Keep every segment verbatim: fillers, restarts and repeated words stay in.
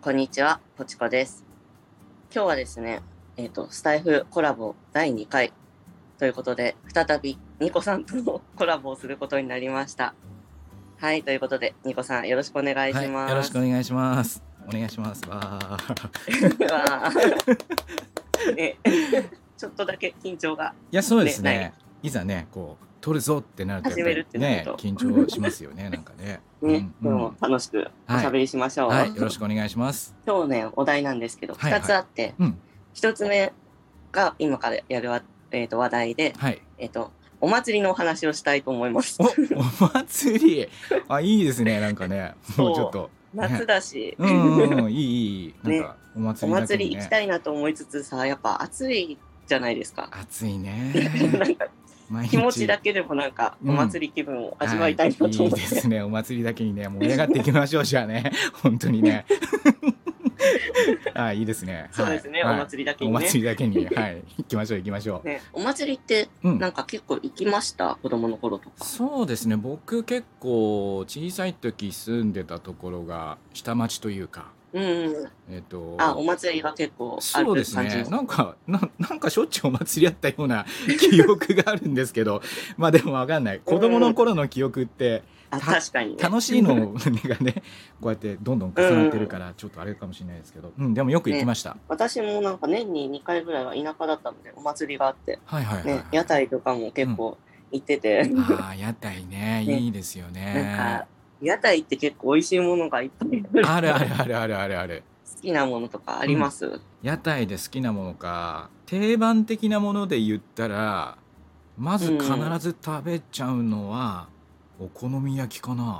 こんにちは、ポチコです。今日はですね、えっ、と、スタイフコラボだいにかいということで、再びニコさんとのコラボをすることになりました。はい、ということで、ニコさんよろしくお願いします。 はい、よろしくお願いします。お願いします。わー。わーね、ちょっとだけ緊張が。 いや、そうですね。 ねいざね、こう撮るぞってなるとやっぱり始めるってなるね、 と緊張しますよね、なんかね。 ね、 うんうん今日も楽しくおしゃべりしましょう。 はい、よろしくお願いします。 今日ね、お題なんですけど、 はいはいふたつあって、 うん、 ひとつめが今からやるわ、えーと話題で、 はい。 えっ、と、お祭りのお話をしたいと思います。 お、お祭り。あ、いいですね、なんかね。もうちょっと。 夏だし、 うんうんうん、いいいい。なんかおお祭りだけ祭りにね。 行きたいなと思いつつさ、やっぱ暑いじゃないですか。 暑いね。 なんか毎日気持ちだけでもなんかお祭り気分を味わいたいなと思って、 はい、いいですね。お祭りだけにね、盛り上がっていきましょう。じゃあね、本当にね。あ、いいですね。 そうですね、 はい、 お祭りだけにね。 お祭りだけに、はい、行きましょう行きましょう。 ね、お祭りってなんか結構行きました、うん、子供の頃とか。 そうですね。僕結構小さい時住んでたところが下町というか。 うんうん、 えっと、 あ、お祭りが結構ある感じ。 そうですね。なんかな、なんかしょっちゅうお祭りやったような記憶があるんですけど、まあでもわかんない。子供の頃の記憶って、 あ、確かにね、 楽しいのがね、こうやってどんどん重なってるからちょっとあれかもしれないですけど、うん、でもよく行きました、ね。 私もなんか年ににかいぐらいは田舎だったのでお祭りがあって、 はいはいはい、 ね、屋台とかも結構行ってて、うん、 ああ、屋台 ね, ね、いいですよね。 なんか屋台って結構美味しいものがいっぱいあるあるあるあるあるある。 好きなものとかあります、うん、 屋台で好きなものか、定番的なもので言ったらまず必ず食べちゃうのは、うん、お好み焼きかな。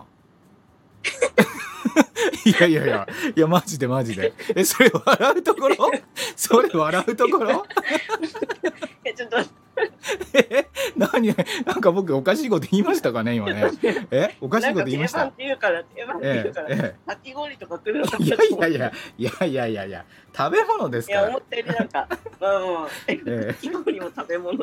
いやいやいやいや、マジでマジで。え、それ笑うところ？それ笑うところ？ え、ちょっとえ、何、なんか僕おかしいこと言いましたかね今ね。え、おかしいこと言いました。 定番っていうから定番っていうから、ええ、かき氷とか来るのか。 いやいやいやいやいやいやいや、食べ物ですから。 いや、思ったよりなんか、まあもう、ええ、かき氷も食べ物。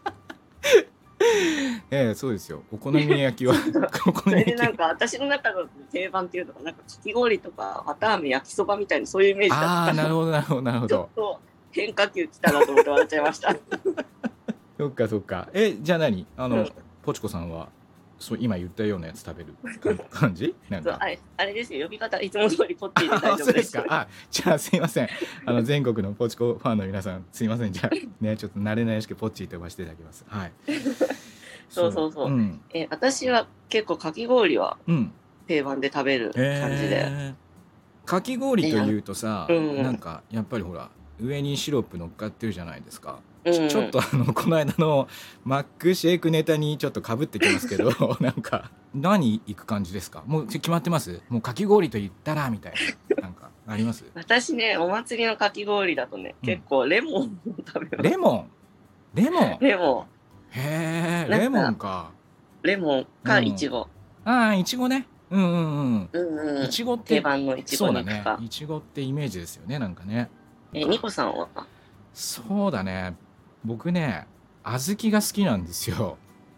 ええ、そうですよ。お好み焼きはそれでなんか私の中の定番っていうのがなんかかき氷とか綿あめ焼きそばみたいなそういうイメージだった。 ああ、なるほどなるほどなるほど。 ちょっと変化球来たなと思って笑っちゃいました。 そっかそっか。え、じゃあ何あの、うん、ポチコさんはそう今言ったようなやつ食べる感じ？なんかあれ、あれですよ、呼び方いつも通りポッチーで大丈夫です。 そうですか。あ、じゃあすいません。あの全国のポチコファンの皆さんすいません。じゃあね、ちょっと慣れないしくポッチーと呼ばせていただきます。はい。 そうそうそう。うん、え私は結構かき氷は定番で食べる感じで。 うんえー、かき氷というとさ、 うん、 なんかやっぱりほら上にシロップ乗っかってるじゃないですか。ち ょ, ちょっとあのこの間のマックシェイクネタにちょっとかぶってきますけどなんか何行く感じですか？もう決まってます？もうかき氷と言ったらみたいななんかあります？ 私ね、お祭りのかき氷だとね、うん、結構レモンを食べます。 レモンレモンレモンへえ、レモンか。 レモンかいちご。 ああ、いちごね。うんうんうん。 うんうん。 いちごって定番のいちご肉か。そうだね。いちごってイメージですよね、なんかね。 え、ニコさんは？ そうだね。僕ね、小豆が好きなんですよ。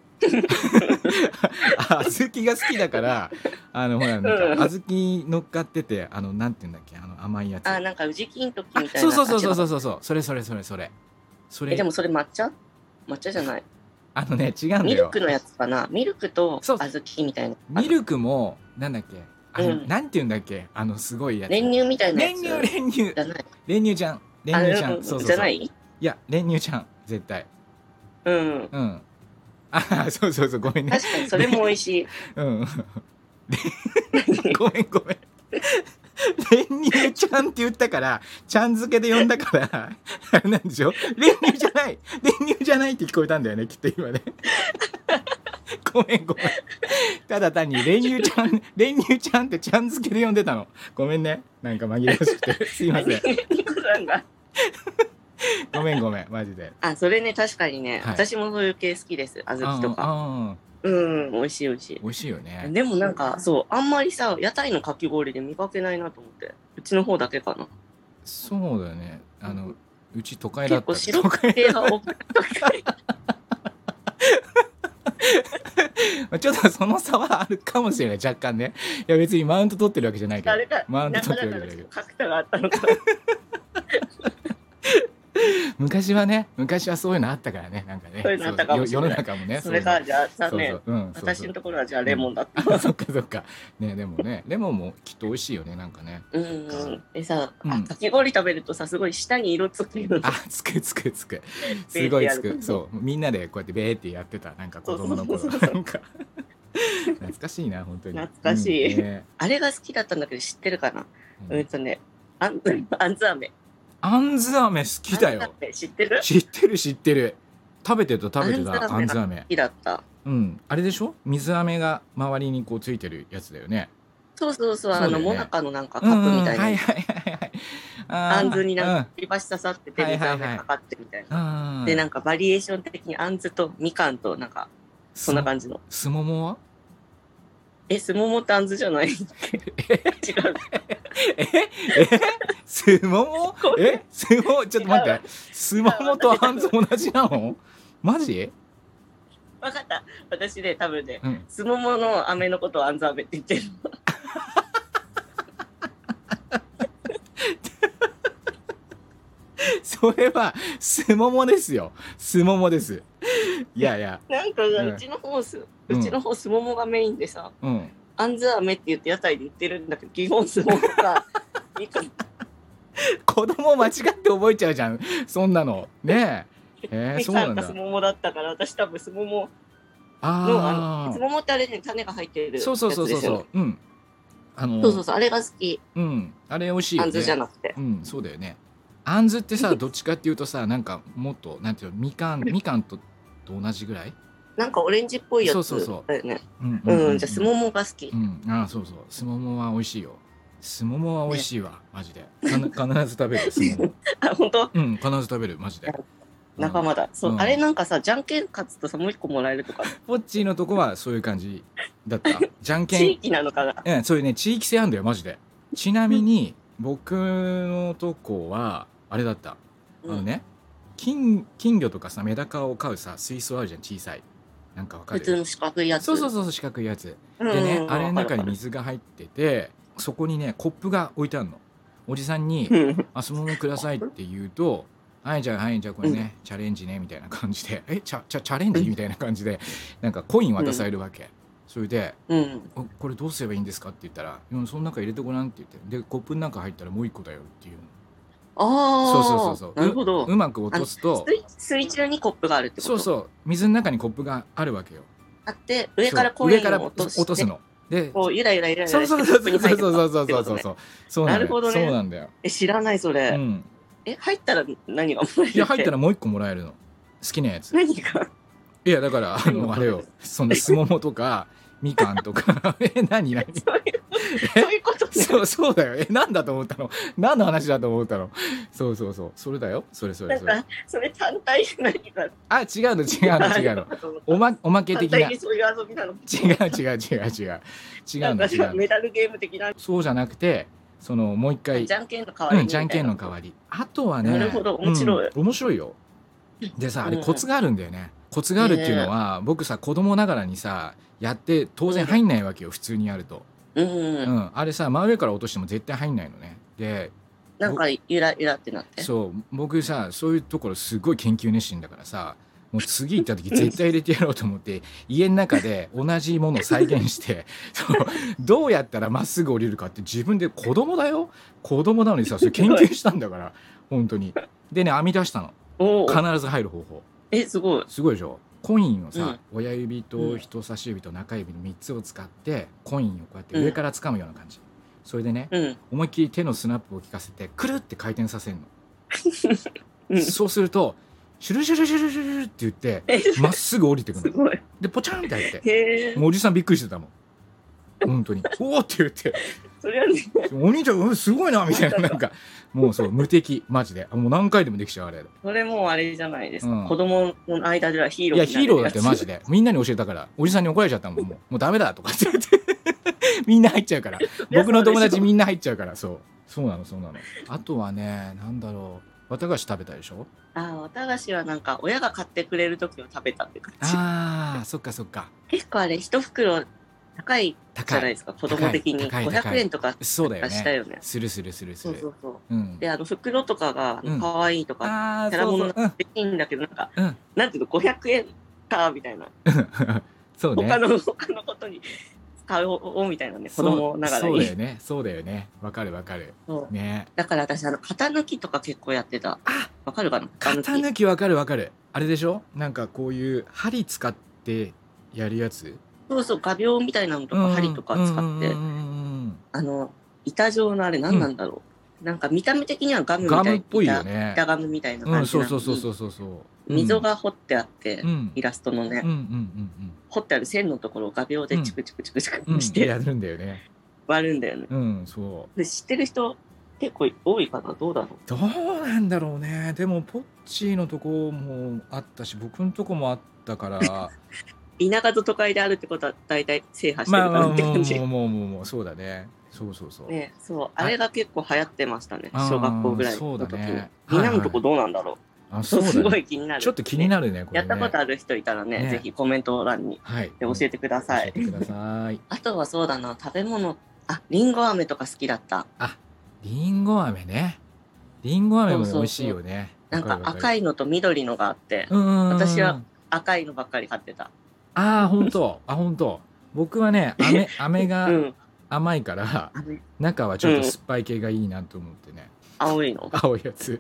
小豆が好きだから、あのほらなんか小豆乗っかってて、あのなんて言うんだっけ、あの甘いやつ。 あ、なんか宇治金時みたいな。 そうそうそうそうそうそう、それそれそれそれ。 それ。え、でもそれ抹茶？抹茶じゃない。 あのね、違うんだよ。 ミルクのやつかな。ミルクと小豆みたいな。 ミルクもなんだっけ。あれ、うん、なんて言うんだっけ、あのすごいやつ。 練乳みたいなやつ。 練乳練乳。じゃない。練乳ちゃん。練乳ちゃん。そうそうそう。 じゃない？いや、練乳ちゃん絶対。 うんうん。あ、そうそうそう、ごめんね。 確かにそれも美味しい。 うん。ごめんごめん。練乳ちゃんって言ったからちゃん付けで呼んだからあれなんでしょ。練乳じゃない練乳じゃないって聞こえたんだよね、きっと今ね。ごめんごめん。ただ単に練乳ちゃん練乳ちゃんってちゃん付けで呼んでたの。ごめんね、なんか紛らわしくてすいません。ごめんごめん、マジで。 あ、それね、確かにね、はい、私もそういう系好きです。小豆とか。うん、美味しい美味しい。 美味しいよね。 でもなんかそう、あんまりさ、屋台のかき氷で見かけないなと思って、うちの方だけかな。 そうだよね。あのうち都会だった。 結構白系が多くて。 あちょっとその差はあるかもしれない若干ね。いや別にマウント取ってるわけじゃないけど誰かマウント中取ってだからるわけじゃないけど角田があったのか昔はね昔はそういうのあったからねなんかねそういうのあったかもしれないそう世の中もねそれがじゃあ残念そうそう、うん、そうそう私のところはじゃあレモンだった、 あそっかそっかねでもねレモンもきっと美味しいよねなんかね。 うんうんでさ、 うんあかき氷食べるとさすごい舌に色つくよあつくつくつくすごいつくそうみんなでこうやってベーってやってたなんか子供の頃そうそうそうそうなんか懐かしいな本当に懐かしいうんねあれが好きだったんだけど知ってるかな、 うんうんとねあんあんず飴あんず飴好きだよあんず飴知ってる知ってる知ってる食べてた食べてたあんず飴好きだった。 うんあれでしょ水飴が周りにこうついてるやつだよね。 そうそうそう、 そうだよねあのモナカのなんかカップみたいな、 うんうんはいはいはいはいああんずになんかかリバシ刺さってて水飴かかってるみたいな、 うんうんでなんかバリエーション的にあんずとみかんとなんかそんな感じのすももはえすももってあんずじゃない違うええすももえすもちょっと待ってすももとあんず同じなのマジ分かった私ね多分ね、 うんすももの飴のことをあんず飴って言ってるのそれはすももですよすももですいやいやなんか、 うんうちの方すうんうちの方すももがメインでさ、 うんあんず飴って言って屋台で売ってるんだけど基本すももかみかん子供間違って覚えちゃうじゃんそんなのねええー、 みそうなんだかんかすももだったから私多分すもものああのすももってあれね種が入ってるやつあそうそうそうそうですよねそううんあのそうそうそうあれが好きうんあれ美味しいよねあんずじゃなくてうんそうだよねあんずってさどっちかっていうとさなんかもっとなんていうのみかんみかんとと同じぐらいなんかオレンジっぽいやつそうそうそうだよねうんうんじゃあすももが好きうんああそうそうすももは美味しいよすももは美味しいわ、マジでかな必ず食べるすももあ本当うん必ず食べるマジで仲間だそう、 うんあれなんかさじゃんけん勝つとさもう一個もらえるとかポッチーのとこはそういう感じだったじゃんけん地域なのかなうんそういうね地域性あんだよマジでちなみに僕のとこはあれだったあのね、金金魚とかさメダカを飼うさ水槽あるじゃん小さいなんかわかる普通の四角いやつそうそうそう四角いやつうんうんでね、 うんあれの中にわかるわ水が入っててそこにねコップが置いてあるのおじさんにかる 「あそのままください」って言うと「はいじゃあはいじゃあこれね、チャレンジね」みたいな感じで「えチャチャチャレンジ?」みたいな感じでなんかコイン渡されるわけ、それでうんお「これどうすればいいんですか?」って言ったら「うんその中入れてごらん」って言ってでコップの中入ったらもう一個だよっていうああそうそうそうそうなるほどううまく落とすと水水中にコップがあるってことそうそう水の中にコップがあるわけよあって上からそうコイン上からを落として落とすのでこうゆらゆらゆらゆそうらそうそうそうしてコップに入そうってたってことねそうそうそうそうそうそうなんだよなるほどねそうなんだよえ知らないそれ、 うんえ入ったら何がもらえるっていや入ったらもう一個もらえるの好きなやつ何がいやだからあのあれよそのすももとかみかんとかえ何何そういうそういうことねそうそうだよえなんだと思ったの何の話だと思ったのそうそうそうそれだよそれそれそれなんかそれ単体じゃないかあ違うの違うの違うのおまおまけ単的な違う体にそういう遊びなの違う違う違う違う違なかうんの違うのメダルゲーム的なそうじゃなくてそのもう一回じゃんけんの代わりにうん、じゃんけんの代わりあとはねなるほど面白いうん面白いよでさあれうんコツがあるんだよね、コツがあるっていうのは、僕さ子供ながらにさやって当然入んないわけよ、普通にやると、 うん、 うんあれさ真上から落としても絶対入んないのねでなんかゆらゆらってなってそう僕さそういうところすごい研究熱心だからさもう次行った時絶対入れてやろうと思って家の中で同じものを再現してそうどうやったらまっすぐ降りるかって自分で子供だよ子供なのにさそれ研究したんだから本当にでね編み出したのお必ず入る方法えすごいすごいでしょコインをさ、親指と人差し指と中指のみっつを使ってコインをこうやって上から掴むような感じ、それでねうん思いっきり手のスナップを効かせてくるって回転させるの、 うんそうするとシュルシュルシュルシュルって言ってえまっすぐ降りてくるのすごいでポチャンって入ってへえもうおじさんびっくりしてたもん本当におおって言ってそれはねお兄ちゃんうんすごいなみたいななんかもうそう無敵マジでもう何回でもできちゃうあれそれもうあれじゃないですか、 うん子供の間ではヒーローいやヒーローだってマジででみんなに教えたからおじさんに怒られちゃったもんもうもうダメだとかって言ってみんな入っちゃうから僕の友達みんな入っちゃうからそうそうなのそうなのあとはねなんだろう綿菓子食べたでしょ。 ああ、綿菓子はなんか親が買ってくれる時を食べたって感じ。 ああそっかそっか。 結構あれ一袋高いじゃないですか、子供的に。 高い高い高いごひゃくえんとかそうだよねしたよね。 するするするする。 そうそうそう。 うん、 で、あの袋とかがうん可愛いとか、 ああキャラものそうそうできんだけど、なんか、 うんなんていうの、ごひゃくえんか、みたいな。 うんそうね。 他の、他のことに使おうみたいなね、子供ながらそうだよに。 ねそうだよね。わかるわかるそうね。 だから私、あの、型抜きとか結構やってた。 あわかるかな、 型型抜き。 抜きわかるわかる。あれでしょ、なんかこういう針使ってやるやつ。 そうそう、画鋲みたいなのとか針とか使って、 うんうんうんうんあの、板状のあれ何なんだろう。なんか見た目的にはガムみたいな。 ガムっぽいよね。 板ガムみたいなうん、 感じなのに、 そうそうそうそうそう。 溝が彫ってあって、 うんイラストのね、 うんうんうん彫ってある線のところを画鋲でチクチクチクチうんうん。 クしてやるんだよね。 割るんだよね。 うん、そで知ってる人結構多いかな、どうだろう。 う。どうなんだろうね。でもポッチーのとこもあったし、僕のとこもあったから。 田舎と都会であるってことは大体制覇してまあまあるからって感じ。 もうもうもうもうそうだね。そうそうそう。 ね、そう、あれが結構流行ってましたね、 あー小学校ぐらいそうの時に。 だねみんなはいはいのとこどうなんだろう。 あ、 そそううだね。 すごい気になる。 ちょっと気になるね、これね。 やったことある人いたらね、 ねぜひコメント欄にはい。 で教えてください。 教えてください。 あとはそうだな、食べ物、あ、りんご飴とか好きだった。 あ、りんご飴ね。りんご飴も美味しいよね。 なんか赤い。 いのと緑のがあって、 うんうんうん。 私は赤いのばっかり買ってた。 ああ、本当。あ、本当。僕はね、飴、飴うがん。 甘いから、 飴中はちょっと酸っぱい系がいいなと思ってね。 青いの。 青いやつ。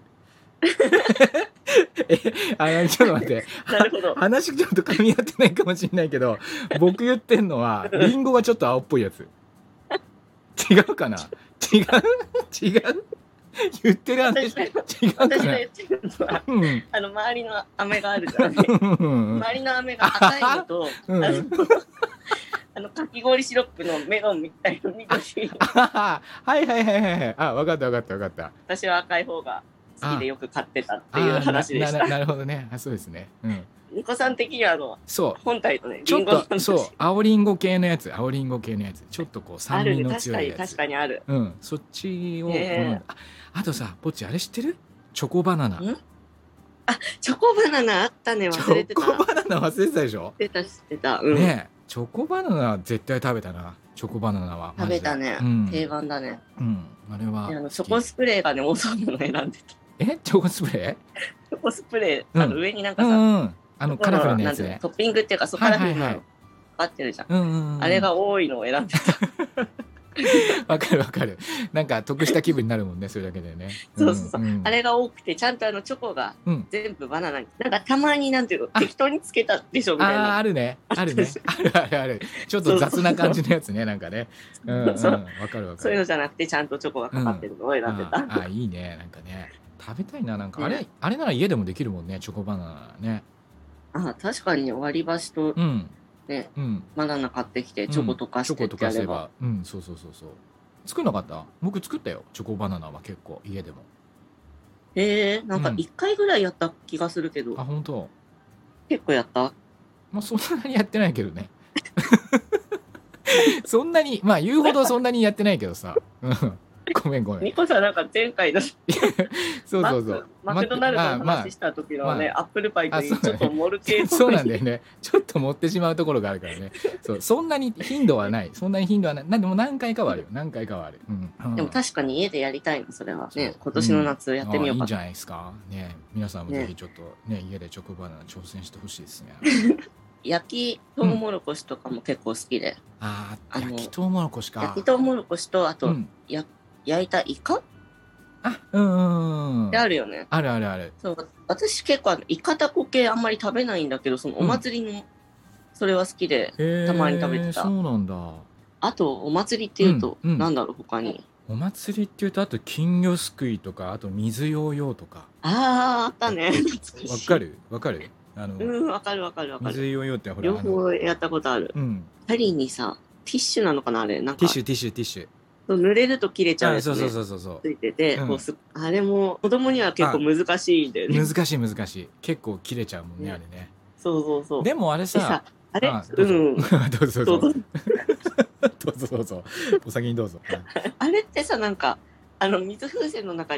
え、あの、ちょっと待って。 なるほど。 話ちょっと噛み合ってないかもしれないけど、僕言ってんのは、リンゴはちょっと青っぽいやつ。違うかな。違う違う言ってる話、違うかな。 私が言ってるのは、 うん。 あの、周りの飴があるじゃん。 うん周りの飴が赤いのと、 うんあの、あのかき氷シロップのメロンみたいの緑。 あはいはいはいはいはい。あ、わかったわかったわかった。 私は赤い方が好きでよく買ってたっていう話でした。 あーなななるほどね。あ、そうですね。うん。 ニコさん的にはあのそう。 本体のね、 ちょっリンゴのとそう青リンゴ系のやつ青リンゴ系のやつちょっとこうあ酸るね、 味の確かに強いやつ確かにある。 うんそっちを、 へーうんああとさポッチあれ知ってるチョコバナナんチョコバナナあったね、 チ忘れてた。 ョコバナナ忘れてたでしょ、 知ってた知ってた。うん。 ねえチョコバナナ絶対食べたなチョコバナナはマジで食べたね、 うん、 定番だね。 うん、あれはであのチョ好きコスプレーがね、多そうなの選んでた。 えチョコスプレチョコスプレうんー、あの上になんーかさ、 うんうんあのカラフルなやつねなんていうのトッピングっていうか、そうはいはいはいカラフルなのかかってるじゃん。 うんうんうんあれが多いのを選んでた。 わかるわかるなんか得した気分になるもんねそれだけでねそうそうそう。 んんあれが多くて、ちゃんとあのチョコがうん全部バナナに、なんかたまになんていうの、 あ適当につけたでしょみたいああーな。 あるねあるねあるあるあるちょっと雑な感じのやつねなんかねうんうんそうわかるわかるそういうのじゃなくて、ちゃんとチョコがかかってるのを選んでた。 あーあーいいねなんかね食べたいななんかあれ、 ねあれなら家でもできるもんねチョコバナナねあ、確かにね、割り箸とうんね、 うんバナナ買ってきて、チョコ溶かしてチョコ溶かせってやれば。 ばうんそうそうそうそう作んなかった僕作ったよチョコバナナは結構家でもへえ、なんかうん一回ぐらいやった気がするけど、 あ本当結構やったまあそんなにやってないけどねそんなにまあ言うほどそんなにやってないけどさ、うん、ごめんごめんニコさんなんか前回のそうそうそうマクドナルドのまあまあ話した時のね、 まアップルパイといいあそうだねちょっとモル系そうなんだよねちょっと持ってしまうところがあるからねそうそんなに頻度はないそんなに頻度はないなでも何回かはあるよ何回かはある、うんうんでも確かに家でやりたいの、それはそうね。今年の夏やってみようかな。 あいいんじゃないですかね皆さんもぜひちょっとね家でチョコバナナ挑戦してほしいですね焼きトウモロコシとかも結構好きで。 ああのあ焼きとうもろこしか焼きトウモロコシと、あと、 うんや焼いたイカっあうんうんうんてあるよね。 あるあるあるそう、私結構あのイカタコ系あんまり食べないんだけど、そのお祭りの、それは好きで、 へーたまに食べてたそうなんだあとお祭りっていうと、 うんうんなんだろう他に。 お祭りっていうとあと金魚すくいとかあと水ヨーヨーとかあー、あったね。 わかるわかるあの、 うん、わかるわかるわかる。 水ヨーヨーってほら両あの方やったことある。 うん針にさ、ティッシュなのかなあれ。なんかティッ、シュティッシュティッシュそう濡れると切れちゃうやつ、 あそうね、 そうそうそうそうついてて、 うんこうすあれも子供には結構難しいんだよね。 難しい難しい結構切れちゃうもんねねあれねそうそうそう。 でもあれさでさ、あれあどうぞうん。 どうぞどうぞそうそうどうぞどうぞお先にどうぞあれってさ、なんか、あの、水風船の中に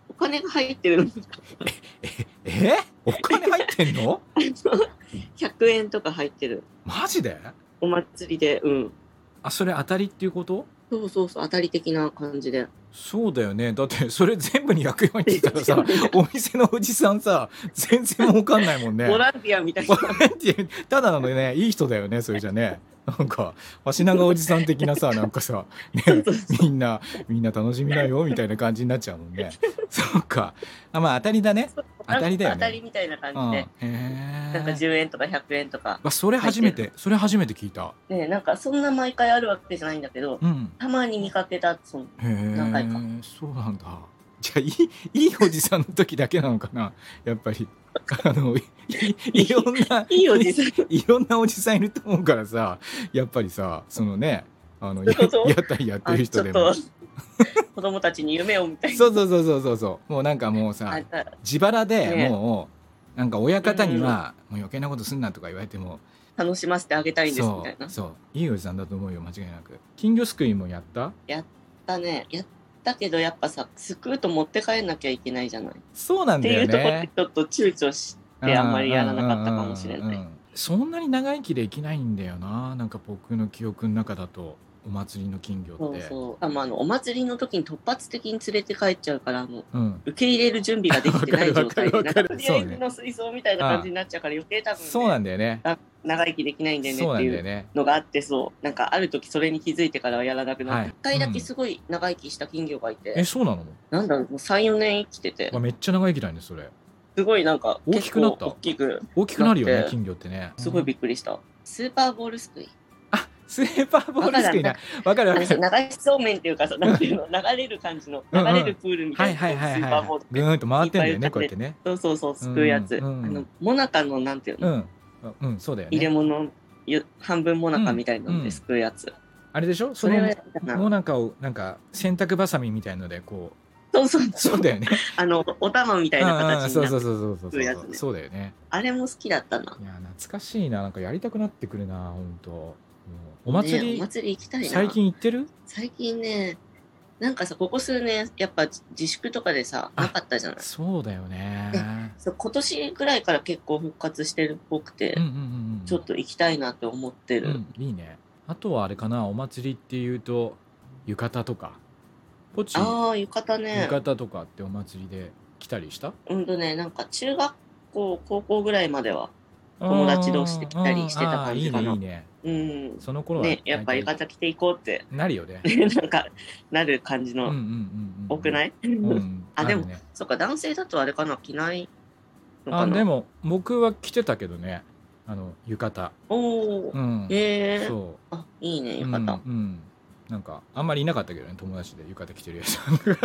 お金が入ってるの。 ええお金入ってんの？ ひゃくえんとか入ってる。 マジで？ お祭りで、うん。 あ、それ当たりっていうこと？ そうそうそう、当たり的な感じで。 そうだよね。だってそれ全部にひゃくえん入ってたらさ、お店のおじさんさ、全然儲かんないもんね。 ボランティアみたいボな。 ランティアただなのでね、いい人だよね、それじゃね。なんか足長おじさん的なさ、なんかさ、ね、 そうそうそうみんなみんな楽しみだよみたいな感じになっちゃうもんね。そうか。あ、まあ当たりだね。当たりだよね。 当たりみたいな感うん。 じへで、なんかえ。 じゅうえんとかひゃくえんとか。 わ、それ初めて、それ初めて聞いた。 ね、なんかそんな毎回あるわけじゃないんだけど、 うん。 たまに見かけた、そのへえ。 何回か。 そうなんだ。じゃあいいいいおじさんの時だけなのかな、やっぱり。あのいいろんないいおじさん。 いろんなおじさんいると思うからさ、やっぱりさ、そのね、あのやそうそう屋台やってある人でもちょっと子供たちに夢をみたいな。 そうそうそうそうそうそうもうなんかもうさあだ自腹でねもうなんか親方にはもう余計なことすんなとか言われても、 楽しませてあげたいんですみたいな。 そうそういいおじさんだと思うよ、間違いなく。金魚すくいもやった？ やったね。やったけどやっぱさ、すくうと持って帰んなきゃいけないじゃない。っそうなんてだよいうところでね。 ちょっと躊躇してあんまりやらなかったかもしれない。 うんうんうんうんそんなに長生きできないんだよな、なんか僕の記憶の中だと。お祭りの金魚って。 そうそう。あ、まあ、あのお祭りの時に突発的に連れて帰っちゃうから、あのうん、 受け入れる準備ができてない状態で、 わかるわかるなんかとりあえずの水槽みたいな感じになっちゃうから余計多分、ね、 そうなんだよね。 あ長生きできないんだよねそうなっていうんだよね。 のがあって、そうなんかある時それに気づいてからはやらなくなって、 はい一回だけすごい長生きした金魚がいて、 え、そうなの？ なんだろう、もうさん、よねん生きててわめっちゃ長生きだねそれ。 すごいなんか大きくなった。 結構大きく大きくなるよねなって金魚ってね。 すごいびっくりした。スーパーボールすくい。 あ、スーパーボールすくいな。わかるわかる。 あの流しそうめんっていうかさ、なんていうの、流れる感じの、 うんうん流れるプールみたはいいな、 はいはいはスーパーボール。 い。ぐーんと回ってんだよね、 いっぱい浮かんでこうやってね。 そうそうそう、すくうやつ。 うんうんあの、もなかの、なんていうの、 うん。うん、そうだよ入れね。 物、ゆ半分もなかみたいなのうんですくうやつ。 あれでしょ、そのそれをやったな。 もなかをなんか洗濯バサミみたいのでこう。 そうそうそうだよね。 あの、お玉みたいな形にそうそうなってそうそうそうするやつねそうだよね。 あれも好きだったな。 いや懐かしいな、なんかやりたくなってくるな、本当。もうお祭り、 ね、お祭り行きたいな。 最近行ってる？ 最近ね、なんかさ、ここ数年、やっぱ自粛とかでさ、なかったじゃない。 そうだよね。 そう今年ぐらいから結構復活してるっぽくて、 うんうんうんうん。 ちょっと行きたいなって思ってる。 うん、いいね。あとはあれかな、お祭りっていうと浴衣とか。ポチああ、浴衣ね。 浴衣とかってお祭りで来たりした？ うんとね、なんか中学校、高校ぐらいまでは友達同士で来たりしてた感じかな。 あーいいねいいね。 うん。 その頃はね、やっぱ浴衣着ていこうって、 なるよね。 なんか、なる感じの、 うんうんうんうん。 多くない、 うんあ、でも、 るねそっか、男性だとあれかな、着ないのかな。 あでも僕は着てたけどね、あの浴衣。 おお、 うん。 へえ。 そあ、いいね、 う。 浴衣。 うんうんなんかあんまりいなかったけどね、友達で浴衣着てるやつ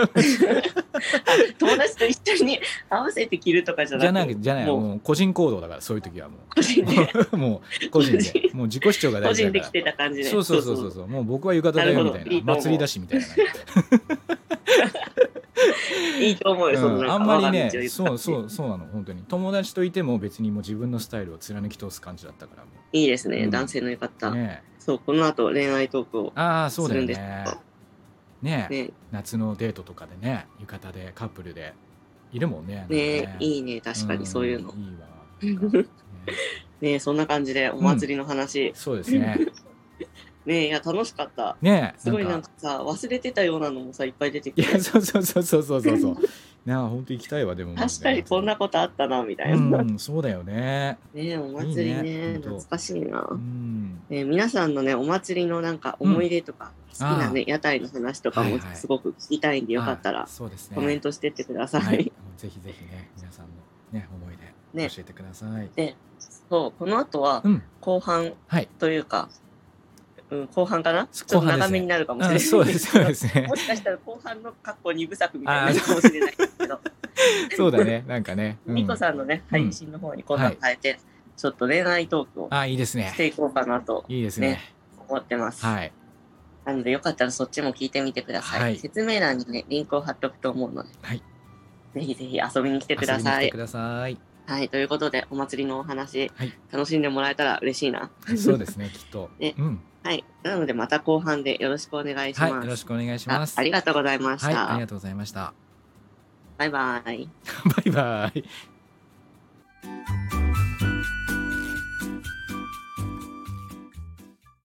友達と一緒に合わせて着るとかじゃなくて。 じゃないじゃないもうもう個人行動だから、そういう時はも個人で、 うもう個人でもう自己主張が個大事だから。 人で着てた感じで。 そうそうそうそうそうもう僕は浴衣だよみたいな、 なるほどいいと思う祭りだしみたいな感じでいいと思うよ、そのなんかうんあんまりね我が道を行くそうそうそうなの、本当に友達といても別にもう自分のスタイルを貫き通す感じだったからもいいですね、 うん男性の浴衣。 うね。 そう、この後恋愛トークをああそうだよするんですねけど。 ねね、 夏のデートとかでね、浴衣でカップルでいるもんね。 ね、 なんかいいね、確かにそういうの。 んいいわなんかねね、そんな感じでお祭りの話。 そうですね。 ね、いや、楽しかった。 ねすごいなんかさ、忘れてたようなのもさ、いっぱい出てきて。 いやそうそうそうそうそうそうそうなあ本当行きたいわでも確かにこんなことあったな、みたいな。 うんそうだよね。 ね、お祭りいいねね、 ほんと懐かしいなう。んね、皆さんのね、お祭りのなんか思い出とか、好きなね、屋台の話とかもはいはいすごく聞きたいんで、よかったあらそうですね。 コメントしてってください。 はい、ぜひぜひね皆さんのね思い出ね教えてください。 で、そう、この後はうん後半はい。 というか、うん、後半かなちょっと後半ですね長めになるかもしれなあいそうですそうですねも。しかしたら後半のかっこ二部作みたいになるかもしれないですけど、 そうだねなんかね。うんニコさんのね、 うん配信の方に今度は変えて、ちょっと恋愛トークをあいいですねし。ていこうかなといいですね。 ね思ってます。 はいなので、よかったらそっちも聞いてみてください。 はい説明欄にね、リンクを貼っておくと思うので、 はい。 ぜひぜひ遊びに来てください遊びに来てく。ださい。 はい、ということで、お祭りのお話、 はい楽しんでもらえたら嬉しいな。 そうですねきっと。 ねうんはい。なので、また後半でよろしくお願いします。 はいよろしくお願いします。 あありがとうございました。 はいありがとうございました。 バイバイ。 バイバイ。